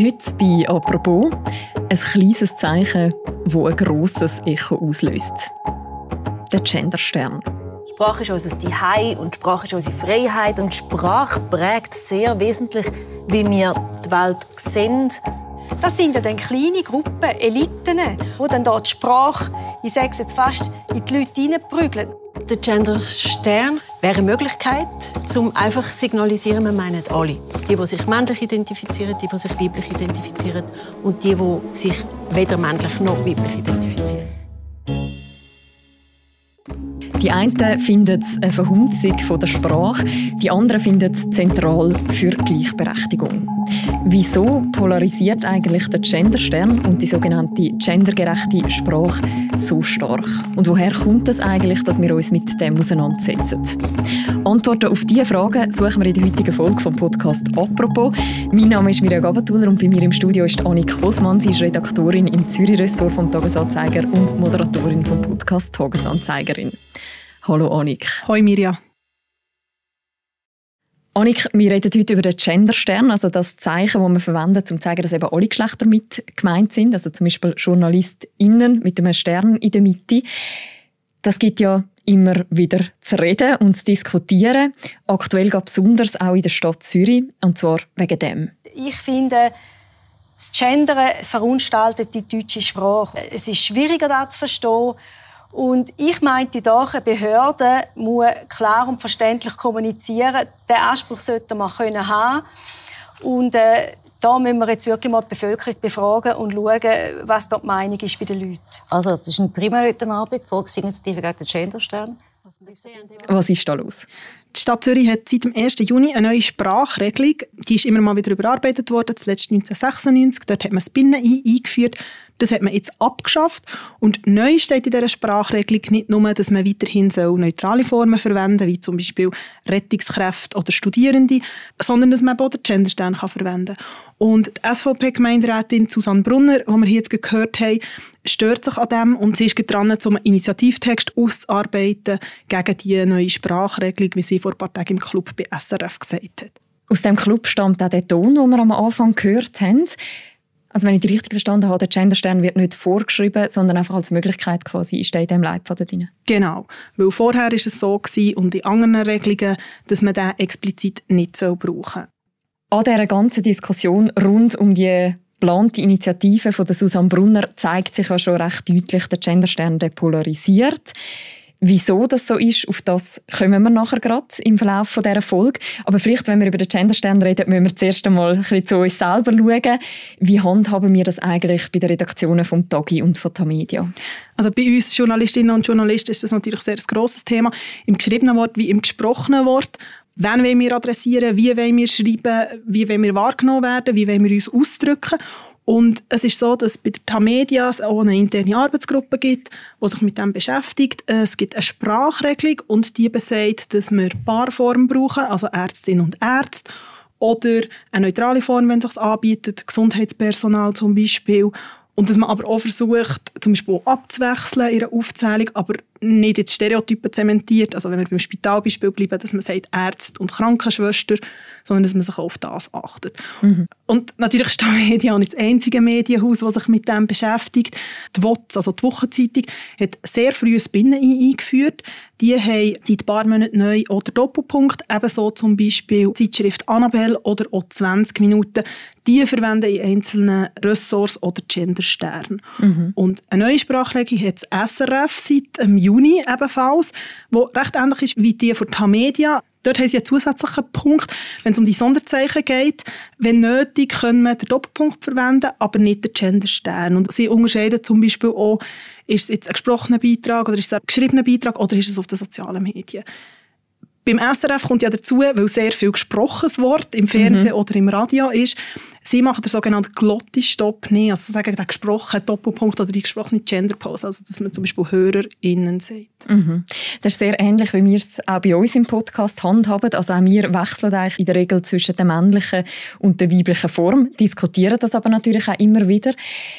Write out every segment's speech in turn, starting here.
Heute bei «Apropos» ein kleines Zeichen, das ein grosses Echo auslöst. Der Genderstern. Sprache ist unser Zuhause und Sprache ist unsere Freiheit. Und Sprache prägt sehr wesentlich, wie wir die Welt sehen. Das sind ja dann kleine Gruppen, Eliten, die dann dort die Sprache, ich sage es jetzt fast, in die Leute hineinprügeln. Der Genderstern wäre eine Möglichkeit, um einfach zu signalisieren, wir meinen alle. Die sich männlich identifizieren, die sich weiblich identifizieren und die sich weder männlich noch weiblich identifizieren. Die einen finden es eine Verhunzung der Sprache, die anderen finden es zentral für Gleichberechtigung. Wieso polarisiert eigentlich der Genderstern und die sogenannte gendergerechte Sprache so stark? Und woher kommt es eigentlich, dass wir uns mit dem auseinandersetzen? Antworten auf diese Fragen suchen wir in der heutigen Folge vom Podcast «Apropos». Mein Name ist Mirja Gabatuller und bei mir im Studio ist Annik Hosmann. Sie ist Redaktorin im Zürich-Ressort vom «Tagesanzeiger» und Moderatorin vom Podcast «Tagesanzeigerin». Hallo Annik. Hoi Mirja. Annik, wir reden heute über den Genderstern, also das Zeichen, das wir verwenden, um zu zeigen, dass eben alle Geschlechter mit gemeint sind. Also zum Beispiel JournalistInnen mit einem Stern in der Mitte. Das gibt ja immer wieder zu reden und zu diskutieren. Aktuell geht besonders auch in der Stadt Zürich, und zwar wegen dem. Ich finde, das Gendern verunstaltet die deutsche Sprache. Es ist schwieriger, das zu verstehen. Und ich meinte doch, eine Behörde muss klar und verständlich kommunizieren. Den Anspruch sollte man haben. Und da müssen wir jetzt wirklich mal die Bevölkerung befragen und schauen, was dort die Meinung ist bei den Leuten. Also, das ist ein Primär heute Abend, Volksinitiative gegen den Genderstern. Was ist da los? Die Stadt Zürich hat seit dem 1. Juni eine neue Sprachregelung. Die ist immer mal wieder überarbeitet worden, zuletzt 1996. Dort hat man das Binnen-I eingeführt. Das hat man jetzt abgeschafft. Und neu steht in dieser Sprachregelung nicht nur, dass man weiterhin neutrale Formen verwenden soll, wie zum Beispiel Rettungskräfte oder Studierende, sondern dass man auch den Genderstern verwenden kann. Und die SVP-Gemeinderätin Susanne Brunner, die wir hier jetzt gehört haben, stört sich an dem und sie ist dran, um einen Initiativtext auszuarbeiten gegen die neue Sprachregelung, wie sie vor ein paar Tagen im Club bei SRF gesagt hat. Aus dem Club stammt auch der Ton, den wir am Anfang gehört haben. Also wenn ich die richtig verstanden habe, der Genderstern wird nicht vorgeschrieben, sondern einfach als Möglichkeit quasi steht in dem Leitfaden drin. Genau, weil vorher war es so gewesen, und in anderen Regelungen, dass man den explizit nicht brauchen soll. An dieser ganzen Diskussion rund um die geplante Initiative von der Susanne Brunner zeigt sich ja schon recht deutlich, der Genderstern polarisiert. Wieso das so ist, auf das kommen wir nachher gerade im Verlauf dieser Folge. Aber vielleicht, wenn wir über den Genderstern reden, müssen wir zuerst einmal ein bisschen zu uns selber schauen. Wie handhaben wir das eigentlich bei den Redaktionen vom Tagi und von Tamedia? Also bei uns Journalistinnen und Journalisten ist das natürlich sehr ein grosses Thema. Im geschriebenen Wort wie im gesprochenen Wort. Wen wollen wir adressieren? Wie wollen wir schreiben? Wie wollen wir wahrgenommen werden? Wie wollen wir uns ausdrücken? Und es ist so, dass bei der Tamedia auch eine interne Arbeitsgruppe gibt, die sich mit dem beschäftigt. Es gibt eine Sprachregelung und die besagt, dass wir Paarformen brauchen, also Ärztinnen und Ärzte, oder eine neutrale Form, wenn es sich anbietet, Gesundheitspersonal zum Beispiel. Und dass man aber auch versucht, zum Beispiel abzuwechseln in einer Aufzählung, aber nicht jetzt Stereotypen zementiert. Also wenn wir beim Spitalbeispiel bleiben, dass man sagt Ärzte und Krankenschwester, sondern dass man sich auf das achtet. Mhm. Und natürlich ist die Tamedia nicht das einzige Medienhaus, das sich mit dem beschäftigt. Die WOTS, also die Wochenzeitung, hat sehr früh ein Binnen-I eingeführt. Die haben seit ein paar Monaten neu auch den Doppelpunkt, ebenso zum Beispiel die Zeitschrift Annabelle oder auch 20 Minuten. Die verwenden in einzelnen Ressorts oder Genderstern. Mhm. Und eine neue Sprachregelung hat das SRF seit Juni ebenfalls, die recht ähnlich ist wie die von Tamedia. Dort haben sie einen zusätzlichen Punkt, wenn es um die Sonderzeichen geht. Wenn nötig, können wir den Doppelpunkt verwenden, aber nicht den Genderstern. Und sie unterscheiden zum Beispiel auch, ist es jetzt ein gesprochener Beitrag oder ist es ein geschriebener Beitrag oder ist es auf den sozialen Medien. Beim SRF kommt ja dazu, weil sehr viel gesprochenes Wort im Fernsehen oder im Radio ist, sie machen den sogenannten Glottisstopp nicht, also sagen den gesprochenen Doppelpunkt oder die gesprochene Genderpause, also dass man zum Beispiel HörerInnen sagt. Mhm. Das ist sehr ähnlich, wie wir es auch bei uns im Podcast handhaben. Also auch wir wechseln eigentlich in der Regel zwischen der männlichen und der weiblichen Form, diskutieren das aber natürlich auch immer wieder.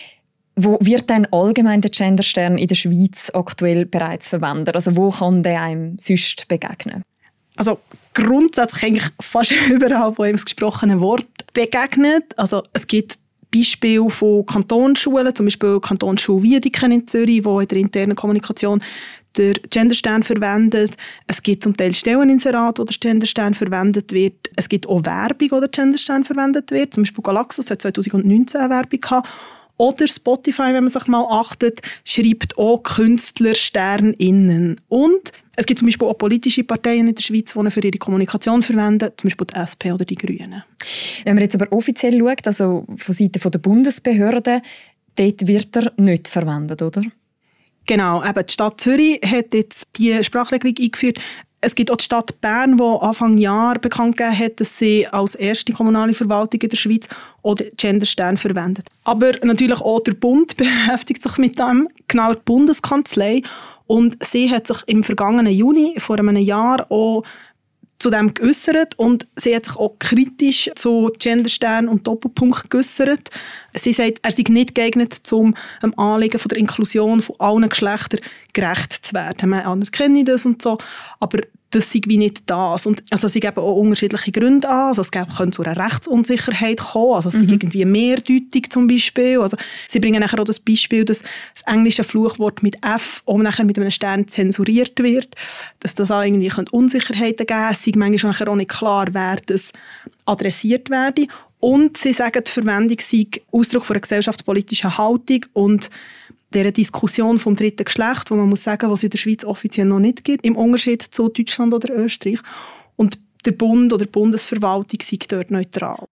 Wo wird denn allgemein der Genderstern in der Schweiz aktuell bereits verwendet? Also wo kann der einem sonst begegnen? Also grundsätzlich eigentlich fast überall, wo ihm das gesprochene Wort begegnet. Also es gibt Beispiele von Kantonsschulen, zum Beispiel Kantonsschule Wiedeken in Zürich, wo in der internen Kommunikation der Genderstern verwendet. Es gibt zum Teil Stelleninserate, wo der Genderstern verwendet wird. Es gibt auch Werbung, wo der Genderstern verwendet wird. Zum Beispiel Galaxus hat 2019 eine Werbung gehabt. Oder Spotify, wenn man sich mal achtet, schreibt auch KünstlersternInnen. Und es gibt zum Beispiel auch politische Parteien in der Schweiz, die ihn für ihre Kommunikation verwenden, zum Beispiel die SP oder die Grünen. Wenn man jetzt aber offiziell schaut, also von Seiten der Bundesbehörden, dort wird er nicht verwendet, oder? Genau, eben die Stadt Zürich hat jetzt die Sprachregelung eingeführt. Es gibt auch die Stadt Bern, die Anfang Jahr bekannt gegeben hat, dass sie als erste kommunale Verwaltung in der Schweiz auch den Genderstern verwendet. Aber natürlich auch der Bund beschäftigt sich mit dem, genau die Bundeskanzlei. Und sie hat sich im vergangenen Juni, vor einem Jahr, auch zu dem geäussert und sie hat sich auch kritisch zu Genderstern und Doppelpunkt geäussert. Sie sagt, er sei nicht geeignet, um dem Anliegen von der Inklusion von allen Geschlechtern gerecht zu werden. Wir anerkennen das und so, aber das sei wie nicht das. Und also es geben auch unterschiedliche Gründe an. Also es könnte zu einer Rechtsunsicherheit kommen. Also es sei irgendwie mehrdeutig zum Beispiel. Also sie bringen nachher auch das Beispiel, dass das englische Fluchwort mit F auch nachher mit einem Stern zensuriert wird. Dass das auch irgendwie Unsicherheiten geben könnte. Es sei manchmal nachher auch nicht klar, wer das adressiert werde. Und sie sagen, die Verwendung sei Ausdruck von einer gesellschaftspolitischen Haltung und dieser Diskussion vom dritten Geschlecht, wo man muss sagen, was es in der Schweiz offiziell noch nicht gibt, im Unterschied zu Deutschland oder Österreich. Und der Bund oder die Bundesverwaltung sei dort neutral.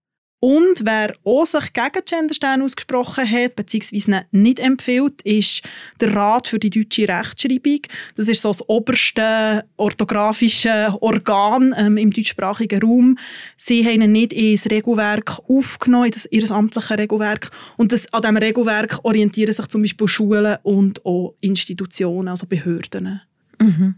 Und wer auch sich gegen Genderstern ausgesprochen hat, beziehungsweise nicht empfiehlt, ist der Rat für die deutsche Rechtschreibung. Das ist so das oberste orthografische Organ im deutschsprachigen Raum. Sie haben ihn nicht ins Regelwerk aufgenommen, in ihr amtliches Regelwerk. Und an diesem Regelwerk orientieren sich zum Beispiel Schulen und auch Institutionen, also Behörden. Mhm.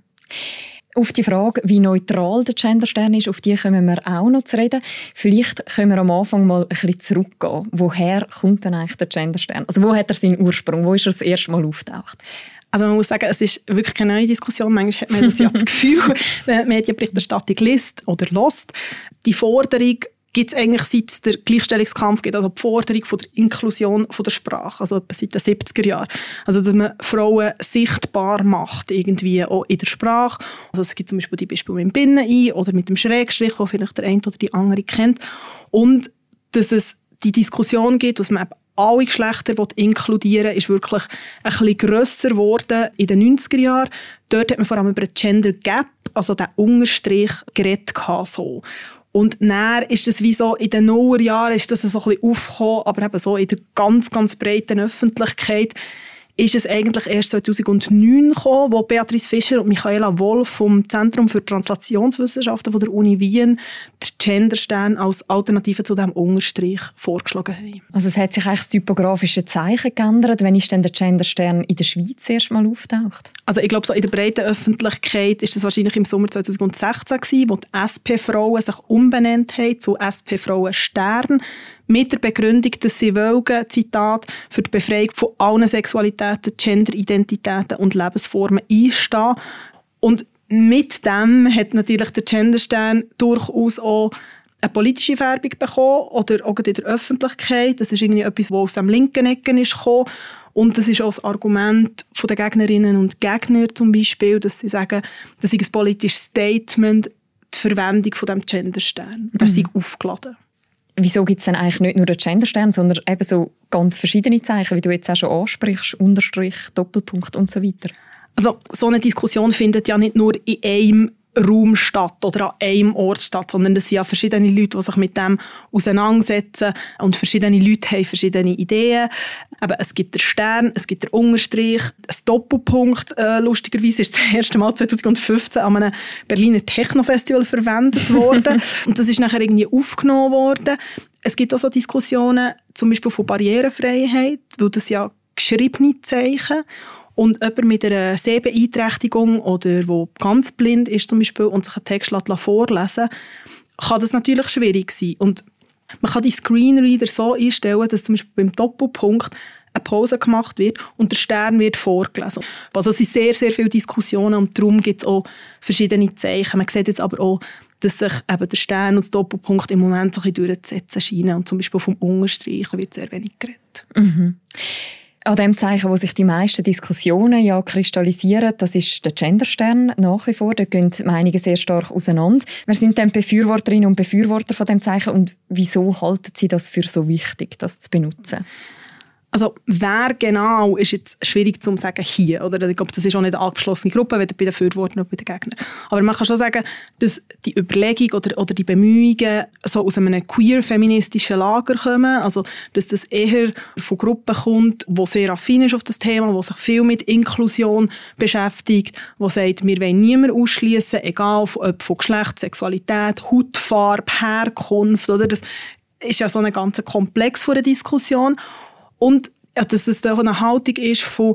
Auf die Frage, wie neutral der Genderstern ist, auf die kommen wir auch noch zu reden. Vielleicht können wir am Anfang mal ein bisschen zurückgehen. Woher kommt denn eigentlich der Genderstern? Also wo hat er seinen Ursprung? Wo ist er das erste Mal auftaucht? Also man muss sagen, es ist wirklich keine neue Diskussion. Manchmal hat man das ja das Gefühl, wenn die Medienberichterstattung liest oder hört. Die Forderung gibt es eigentlich seit der Gleichstellungskampf, also die Forderung von der Inklusion von der Sprache, also etwa seit den 70er Jahren. Also dass man Frauen sichtbar macht, irgendwie auch in der Sprache. Also es gibt zum Beispiel die Beispiele mit dem Binnen-I oder mit dem Schrägstrich, wo vielleicht der eine oder die andere kennt. Und dass es die Diskussion gibt, dass man eben alle Geschlechter inkludieren will, ist wirklich ein bisschen grösser geworden in den 90er Jahren. Dort hat man vor allem über den Gender Gap, also den Unterstrich, geredet. So. Und dann ist das wie so, in den Nullerjahren ist das so ein bisschen aufgekommen, aber eben so in der ganz, ganz breiten Öffentlichkeit ist es eigentlich erst 2009 gekommen, wo Beatrice Fischer und Michaela Wolf vom Zentrum für Translationswissenschaften von der Uni Wien den Genderstern als Alternative zu diesem Unterstrich vorgeschlagen haben. Also es hat sich eigentlich das typografische Zeichen geändert. Wann ist denn der Genderstern in der Schweiz erst mal auftaucht? Also ich glaube, so in der breiten Öffentlichkeit ist das wahrscheinlich im Sommer 2016 gewesen, wo die SP-Frauen sich umbenannt haben zu SP-Frauen Stern, mit der Begründung, dass sie wollen, Zitat, für die Befreiung von allen Sexualitäten, Genderidentitäten und Lebensformen einstehen. Und mit dem hat natürlich der Genderstern durchaus auch eine politische Färbung bekommen oder auch in der Öffentlichkeit. Das ist irgendwie etwas, das aus dem linken Ecken ist gekommen. Und das ist auch das Argument der Gegnerinnen und Gegner zum Beispiel, dass sie sagen, das ist ein politisches Statement, die Verwendung von dem Genderstern. Der sei aufgeladen. Wieso gibt es denn eigentlich nicht nur den Genderstern, sondern eben so ganz verschiedene Zeichen, wie du jetzt auch schon ansprichst, Unterstrich, Doppelpunkt und so weiter? Also so eine Diskussion findet ja nicht nur in einem Raum statt oder an einem Ort statt, sondern es sind ja verschiedene Leute, die sich mit dem auseinandersetzen und verschiedene Leute haben verschiedene Ideen. Aber es gibt den Stern, es gibt den Unterstrich, ein Doppelpunkt. Lustigerweise ist das erste Mal 2015 an einem Berliner Techno-Festival verwendet worden und das ist nachher irgendwie aufgenommen worden. Es gibt auch so Diskussionen, zum Beispiel von Barrierefreiheit, weil das ja geschriebene Zeichen und jemand mit einer Sehbeeinträchtigung oder der ganz blind ist zum Beispiel und sich einen Text vorlesen kann das natürlich schwierig sein. Und man kann die Screenreader so einstellen, dass zum Beispiel beim Doppelpunkt eine Pause gemacht wird und der Stern wird vorgelesen. Also es sind sehr, sehr viele Diskussionen und darum gibt es auch verschiedene Zeichen. Man sieht jetzt aber auch, dass dass sich eben der Stern und der Doppelpunkt im Moment ein bisschen durchzusetzen scheinen. Und zum Beispiel vom Unterstreichen wird sehr wenig geredet. Mhm. An dem Zeichen, wo sich die meisten Diskussionen ja kristallisieren, das ist der Genderstern nach wie vor. Da gehen die Meinungen sehr stark auseinander. Wer sind denn Befürworterinnen und Befürworter von dem Zeichen und wieso halten Sie das für so wichtig, das zu benutzen? Also wer genau, ist jetzt schwierig zu sagen hier. Oder? Ich glaube, das ist auch nicht eine abgeschlossene Gruppe, weder bei den Befürwortern noch bei den Gegnern. Aber man kann schon sagen, dass die Überlegung oder die Bemühungen so aus einem queer-feministischen Lager kommen. Also, dass das eher von Gruppen kommt, die sehr affin ist auf das Thema, die sich viel mit Inklusion beschäftigt, die sagt, wir wollen niemanden ausschließen, egal ob von Geschlecht, Sexualität, Hautfarbe, Herkunft. Oder? Das ist ja so ein ganzer Komplex von der Diskussion. Und ja, dass es auch eine Haltung ist von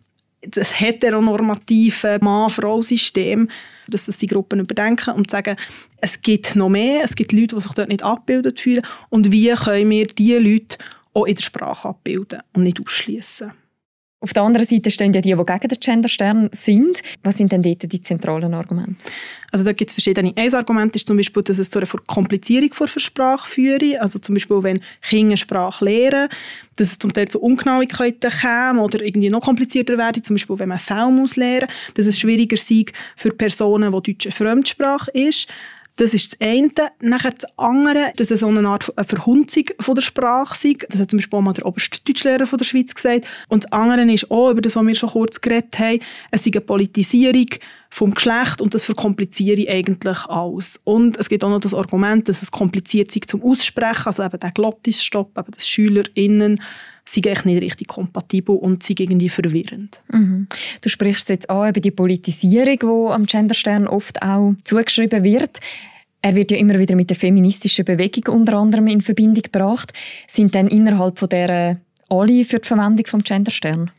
das heteronormativen Mann-Frau-System, dass das die Gruppen überdenken und sagen, es gibt noch mehr, es gibt Leute, die sich dort nicht abgebildet fühlen und wie können wir diese Leute auch in der Sprache abbilden und nicht ausschließen. Auf der anderen Seite stehen ja die gegen den Genderstern sind. Was sind denn dort die zentralen Argumente? Also da gibt es verschiedene. Ein Argument ist zum Beispiel, dass es zu einer Verkomplizierung der Sprache führe. Also zum Beispiel, wenn Kinder Sprache lernen, dass es zum Teil zu Ungenauigkeiten käme oder irgendwie noch komplizierter werde. Zum Beispiel, wenn man Fälle muss lernen, dass es schwieriger sei für Personen, die Deutsch eine Fremdsprache ist. Das ist das eine. Nachher das andere, dass es so eine Art Verhunzung von der Sprache sei. Das hat zum Beispiel auch mal der oberste Deutschlehrer von der Schweiz gesagt. Und das andere ist auch, über das, was wir schon kurz geredet haben, es sei eine Politisierung vom Geschlecht und das verkompliziere eigentlich alles. Und es gibt auch noch das Argument, dass es kompliziert sei zum Aussprechen, also eben der Glottisstopp, eben dass SchülerInnen sind echt nicht richtig kompatibel und sind irgendwie verwirrend. Mhm. Du sprichst jetzt auch über die Politisierung, die am Genderstern oft auch zugeschrieben wird. Er wird ja immer wieder mit der feministischen Bewegung unter anderem in Verbindung gebracht. Sind denn innerhalb von der alle für die Verwendung vom Genderstern?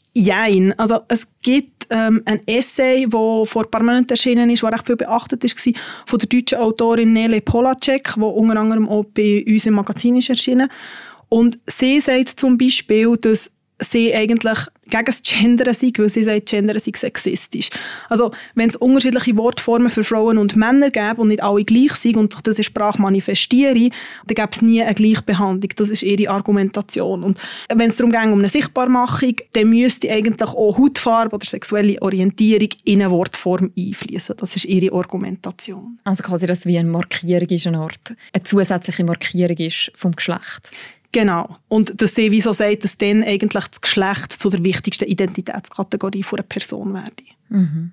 Jein. Also es gibt ein Essay, das vor ein paar Monaten erschienen ist, das recht viel beachtet war, von der deutschen Autorin Nele Polacek, die unter anderem auch bei uns im Magazin ist erschienen. Und sie sagt zum Beispiel, dass sie eigentlich gegen das Gendern sei, weil sie sagt, Gendern sei sexistisch. Also wenn es unterschiedliche Wortformen für Frauen und Männer gäbe und nicht alle gleich sind und sich das in Sprache manifestiere, dann gäbe es nie eine Gleichbehandlung. Das ist ihre Argumentation. Und wenn es darum geht, um eine Sichtbarmachung, dann müsste eigentlich auch Hautfarbe oder sexuelle Orientierung in eine Wortform einfließen. Das ist ihre Argumentation. Also quasi, dass wie eine Markierung ist, eine Art, eine zusätzliche Markierung ist vom Geschlecht. Genau. Und dass sie wie so sagt, dass dann eigentlich das Geschlecht zu der wichtigsten Identitätskategorie einer Person werde. Mhm.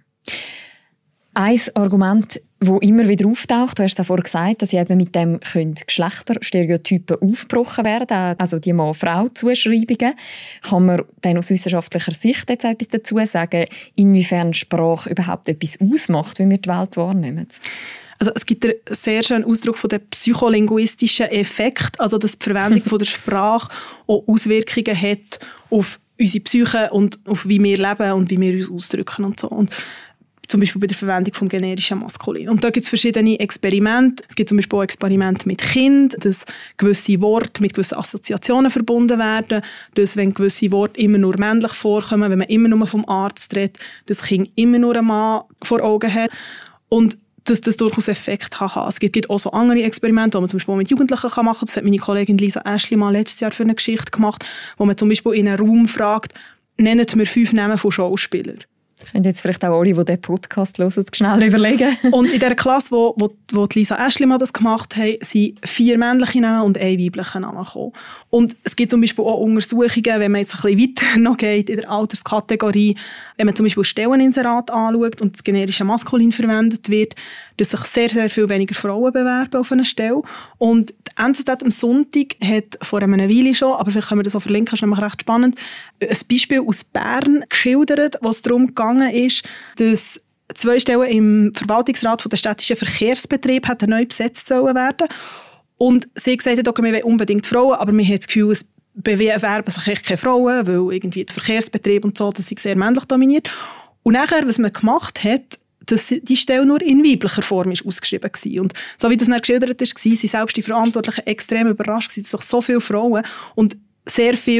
Ein Argument, das immer wieder auftaucht, du hast es auch vorhin gesagt, dass eben mit dem Geschlechterstereotypen aufgebrochen werden, also die Mann-Frau-Zuschreibungen. Kann man dann aus wissenschaftlicher Sicht jetzt etwas dazu sagen, inwiefern Sprache überhaupt etwas ausmacht, wie wir die Welt wahrnehmen? Also es gibt einen sehr schönen Ausdruck von dem psycholinguistischen Effekt, also dass die Verwendung von der Sprache auch Auswirkungen hat auf unsere Psyche und auf wie wir leben und wie wir uns ausdrücken und so. Und zum Beispiel bei der Verwendung vom generischen Maskulin. Und da gibt es verschiedene Experimente. Es gibt zum Beispiel auch Experimente mit Kindern, dass gewisse Worte mit gewissen Assoziationen verbunden werden, dass wenn gewisse Worte immer nur männlich vorkommen, wenn man immer nur vom Arzt redet, das Kind immer nur einen Mann vor Augen hat. Und dass das durchaus Effekt haben. Es gibt auch so andere Experimente, die man zum Beispiel mit Jugendlichen machen kann. Das hat meine Kollegin Lisa Aschli mal letztes Jahr für eine Geschichte gemacht, wo man zum Beispiel in einem Raum fragt, nennt mir 5 Namen von Schauspielern. Können jetzt vielleicht auch alle, die diesen Podcast hören, schnell überlegen. Und in dieser Klasse, wo Lisa Aschli mal das gemacht hat, sind 4 männliche Namen und 1 weibliche Namen gekommen. Und es gibt zum Beispiel auch Untersuchungen, wenn man jetzt ein bisschen weiter noch geht in der Alterskategorie, wenn man zum Beispiel Stelleninserat anschaut und das generische Maskulin verwendet wird, dass sich sehr, sehr viel weniger Frauen bewerben auf eine Stelle. Und die NZZ am Sonntag hat vor einer Weile schon, aber vielleicht können wir das auch verlinken, das ist nämlich recht spannend, ein Beispiel aus Bern geschildert, wo es darum gegangen ist, dass 2 Stellen im Verwaltungsrat der städtischen Verkehrsbetrieb neu besetzt sollen werden. Und sie gesagt hat, okay, wir wollen unbedingt Frauen, aber wir haben das Gefühl, es bewerben sich echt keine Frauen, weil irgendwie der Verkehrsbetrieb und so, das ist sehr männlich dominiert. Und nachher, was man gemacht hat, dass die Stelle nur in weiblicher Form ist ausgeschrieben war. Und so wie das dann geschildert ist, waren selbst die Verantwortlichen extrem überrascht, dass sich so viele Frauen und sehr viele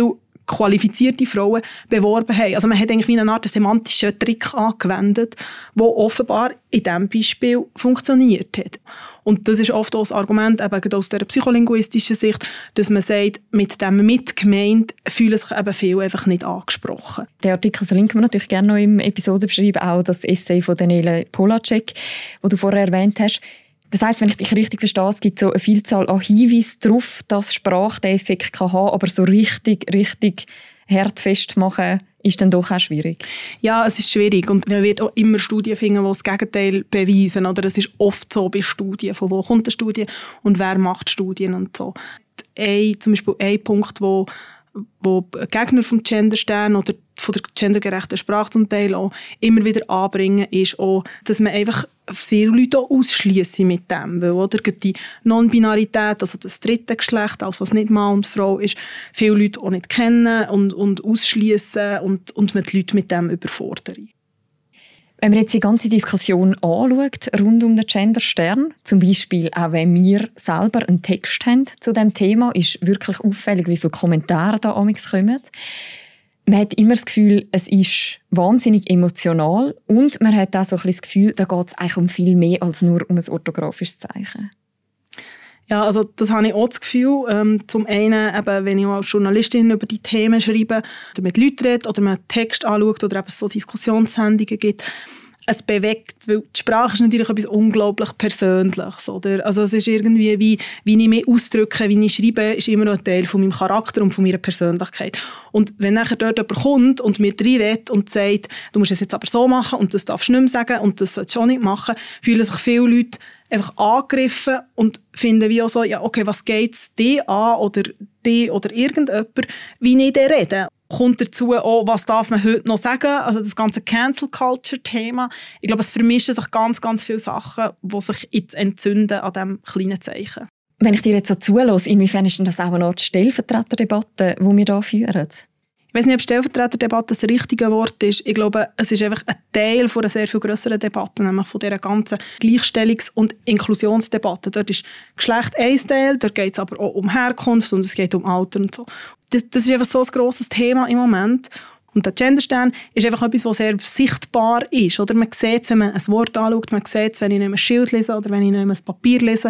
qualifizierte Frauen beworben haben. Also man hat eigentlich wie eine Art semantischen Trick angewendet, der offenbar in diesem Beispiel funktioniert hat. Und das ist oft auch das Argument, eben aus der psycholinguistischen Sicht, dass man sagt, mit dem mitgemeint fühlen sich eben viele einfach nicht angesprochen. Den Artikel verlinken wir natürlich gerne noch im Episodenbeschreibung, auch das Essay von Daniele Polacek, das du vorher erwähnt hast. Das heisst, wenn ich dich richtig verstehe, es gibt so eine Vielzahl an Hinweisen darauf, dass Sprache den Effekt kann haben, aber so richtig hart festmachen ist dann doch auch schwierig. Ja, es ist schwierig und man wird auch immer Studien finden, die das Gegenteil beweisen. Oder es ist oft so bei Studien, von wo kommt eine Studie und wer macht Studien und so. Zum Beispiel ein Punkt, wo Gegner vom Genderstern oder von der gendergerechten Sprache zum Teil auch immer wieder anbringen, ist auch, dass man einfach viele Leute auch ausschliessen mit dem. Weil, oder, die Non-Binarität, also das dritte Geschlecht, also was nicht Mann und Frau ist, viele Leute auch nicht kennen und ausschliessen und man die Leute mit dem überfordern. Wenn man jetzt die ganze Diskussion anschaut, rund um den Genderstern, zum Beispiel auch wenn wir selber einen Text haben zu diesem Thema, ist wirklich auffällig, wie viele Kommentare da amigs kommen. Man hat immer das Gefühl, es ist wahnsinnig emotional und man hat auch so ein bisschen das Gefühl, da geht es eigentlich um viel mehr als nur um ein orthografisches Zeichen. Ja, also das habe ich auch das Gefühl. Zum einen, eben, wenn ich als Journalistin über die Themen schreibe oder mit Leuten rede oder man einen Text anschaut oder eben so Diskussionssendungen gibt, es bewegt, weil die Sprache ist natürlich etwas unglaublich Persönliches. Oder? Also es ist irgendwie, wie ich mich ausdrücke, wie ich schreibe, ist immer noch ein Teil von meinem Charakter und von meiner Persönlichkeit. Und wenn nachher dort jemand kommt und mir reinredet und sagt, du musst es jetzt aber so machen und das darfst du nicht mehr sagen und das sollst du auch nicht machen, fühlen sich viele Leute einfach angegriffen und finden wie auch so, ja okay, was geht es dir an oder die oder irgendjemand, wie ich da rede. Kommt dazu auch, was darf man heute noch sagen, also das ganze Cancel-Culture-Thema. Ich glaube, es vermischen sich ganz, ganz viele Sachen, die sich jetzt entzünden an diesem kleinen Zeichen. Wenn ich dir jetzt so zuhöre, inwiefern ist denn das auch eine Art Stellvertreterdebatte, die wir hier führen? Ich weiß nicht, ob Stellvertreterdebatte das richtige Wort ist. Ich glaube, es ist einfach ein Teil von einer sehr viel grösseren Debatte, nämlich von dieser ganzen Gleichstellungs- und Inklusionsdebatte. Dort ist Geschlecht ein Teil, dort geht es aber auch um Herkunft und es geht um Alter und so. Das ist einfach so ein grosses Thema im Moment. Und der Genderstern ist einfach etwas, was sehr sichtbar ist. Oder man sieht es, wenn man ein Wort anschaut, man sieht es, wenn ich nicht mehr ein Schild lese oder wenn ich nicht mehr ein Papier lese.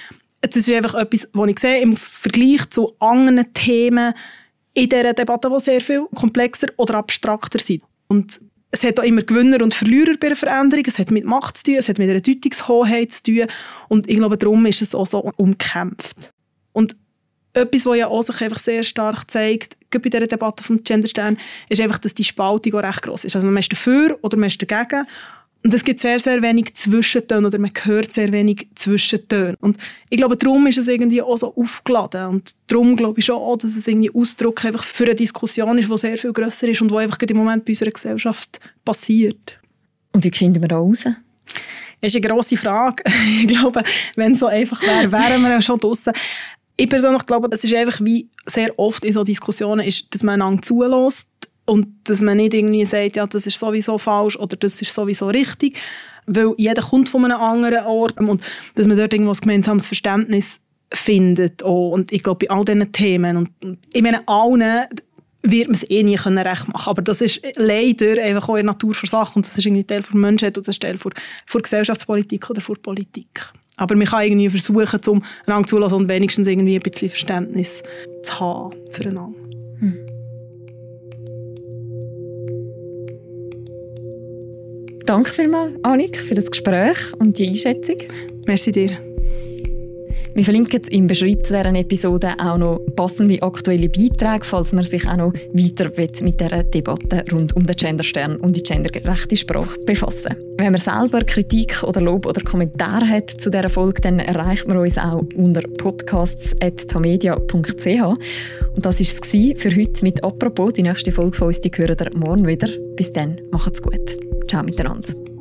Es ist einfach etwas, was ich sehe im Vergleich zu anderen Themen in dieser Debatte, die sehr viel komplexer oder abstrakter sind. Und es hat auch immer Gewinner und Verlierer bei der Veränderung. Es hat mit Macht zu tun, es hat mit einer Deutungshoheit zu tun. Und ich glaube, darum ist es auch so umkämpft. Und etwas, was ja auch sich einfach sehr stark zeigt, bei dieser Debatte vom Genderstern, ist einfach, dass die Spaltung auch recht gross ist. Also man ist dafür oder man ist dagegen. Und es gibt sehr, sehr wenig Zwischentöne oder man hört sehr wenig Zwischentöne. Und ich glaube, darum ist es irgendwie auch so aufgeladen. Und darum glaube ich schon auch, dass es irgendwie Ausdruck einfach für eine Diskussion ist, die sehr viel grösser ist und die einfach im Moment bei unserer Gesellschaft passiert. Und wie finden wir da raus? Das ist eine grosse Frage. Ich glaube, wenn es so einfach wäre, wären wir ja schon draussen. Ich persönlich glaube, es ist einfach wie sehr oft in so Diskussionen, ist, dass man einander zulässt. Und dass man nicht irgendwie sagt, ja, das ist sowieso falsch oder das ist sowieso richtig, weil jeder kommt von einem anderen Ort und dass man dort irgendwas gemeinsames Verständnis findet. Auch. Und ich glaube, bei all diesen Themen, und ich meine, allen wird man es nie recht machen können. Aber das ist leider einfach auch in der Natur der Sache und das ist irgendwie Teil der Menschheit und das ist Teil der Gesellschaftspolitik oder der Politik. Aber man kann irgendwie versuchen, zum einander zulassen und wenigstens irgendwie ein bisschen Verständnis zu haben füreinander. Danke vielmals, Annik, für das Gespräch und die Einschätzung. Merci dir. Wir verlinken im Beschreibung zu dieser Episode auch noch passende aktuelle Beiträge, falls man sich auch noch weiter mit dieser Debatte rund um den Genderstern und die gendergerechte Sprache befassen. Wenn man selber Kritik oder Lob oder Kommentare hat zu dieser Folge, dann erreicht man uns auch unter podcasts@tamedia.ch. Und das war es für heute mit «Apropos». Die nächste Folge von uns, die hören ihr morgen wieder. Bis dann, macht's gut. Ciao miteinander.